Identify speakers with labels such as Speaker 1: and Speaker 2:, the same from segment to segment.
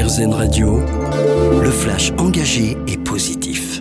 Speaker 1: RZN Radio, le flash engagé et positif.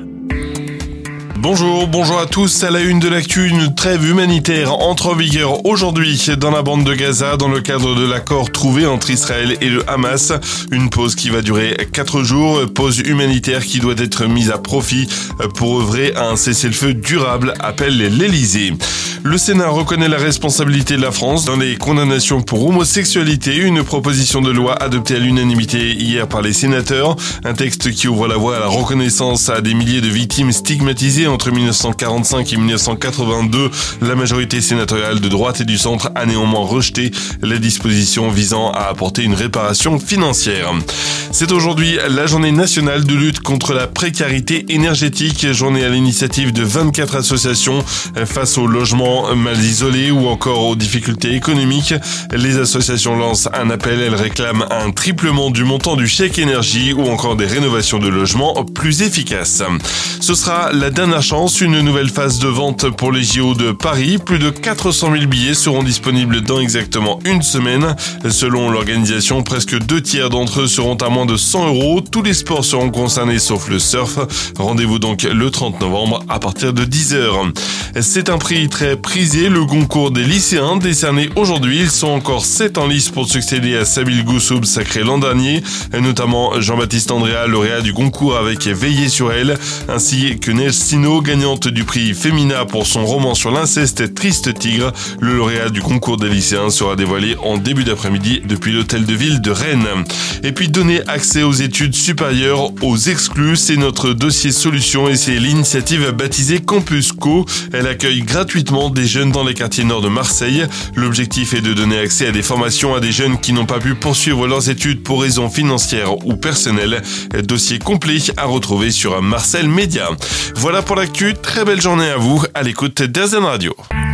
Speaker 2: Bonjour à tous. À la une de l'actu, une trêve humanitaire entre en vigueur aujourd'hui dans la bande de Gaza dans le cadre de l'accord trouvé entre Israël et le Hamas. Une pause qui va durer 4 jours, pause humanitaire qui doit être mise à profit pour œuvrer à un cessez-le-feu durable, appelle l'Elysée. Le Sénat reconnaît la responsabilité de la France dans les condamnations pour homosexualité, une proposition de loi adoptée à l'unanimité hier par les sénateurs, un texte qui ouvre la voie à la reconnaissance à des milliers de victimes stigmatisées entre 1945 et 1982. La majorité sénatoriale de droite et du centre a néanmoins rejeté les dispositions visant à apporter une réparation financière. C'est aujourd'hui la journée nationale de lutte contre la précarité énergétique, journée à l'initiative de 24 associations face au logement mal isolés ou encore aux difficultés économiques. Les associations lancent un appel, elles réclament un triplement du montant du chèque énergie ou encore des rénovations de logements plus efficaces. Ce sera la dernière chance, une nouvelle phase de vente pour les JO de Paris. Plus de 400 000 billets seront disponibles dans exactement une semaine. Selon l'organisation, presque 2/3 d'entre eux seront à moins de 100 €. Tous les sports seront concernés sauf le surf. Rendez-vous donc le 30 novembre à partir de 10h. C'est un prix très prisé, le Goncourt des lycéens, décerné aujourd'hui. Ils sont encore 7 en lice pour succéder à Sabine Goussoub, sacré l'an dernier, notamment Jean-Baptiste Andréa, lauréat du Goncourt avec Veiller sur elle, ainsi que Neige Sino, gagnante du prix Femina pour son roman sur l'inceste Triste Tigre. Le lauréat du Concours des lycéens sera dévoilé en début d'après-midi depuis l'hôtel de ville de Rennes. Et puis donner accès aux études supérieures aux exclus, c'est notre dossier solution et c'est l'initiative baptisée Campus Co. Elle accueille gratuitement des jeunes dans les quartiers nord de Marseille. L'objectif est de donner accès à des formations à des jeunes qui n'ont pas pu poursuivre leurs études pour raisons financières ou personnelles. Dossier complet à retrouver sur Marcel Média. Voilà pour l'actu, très belle journée à vous, à l'écoute d'RZN Radio.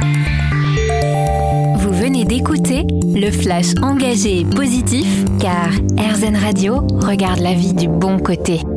Speaker 3: Vous venez d'écouter le flash engagé et positif, car RZN Radio regarde la vie du bon côté.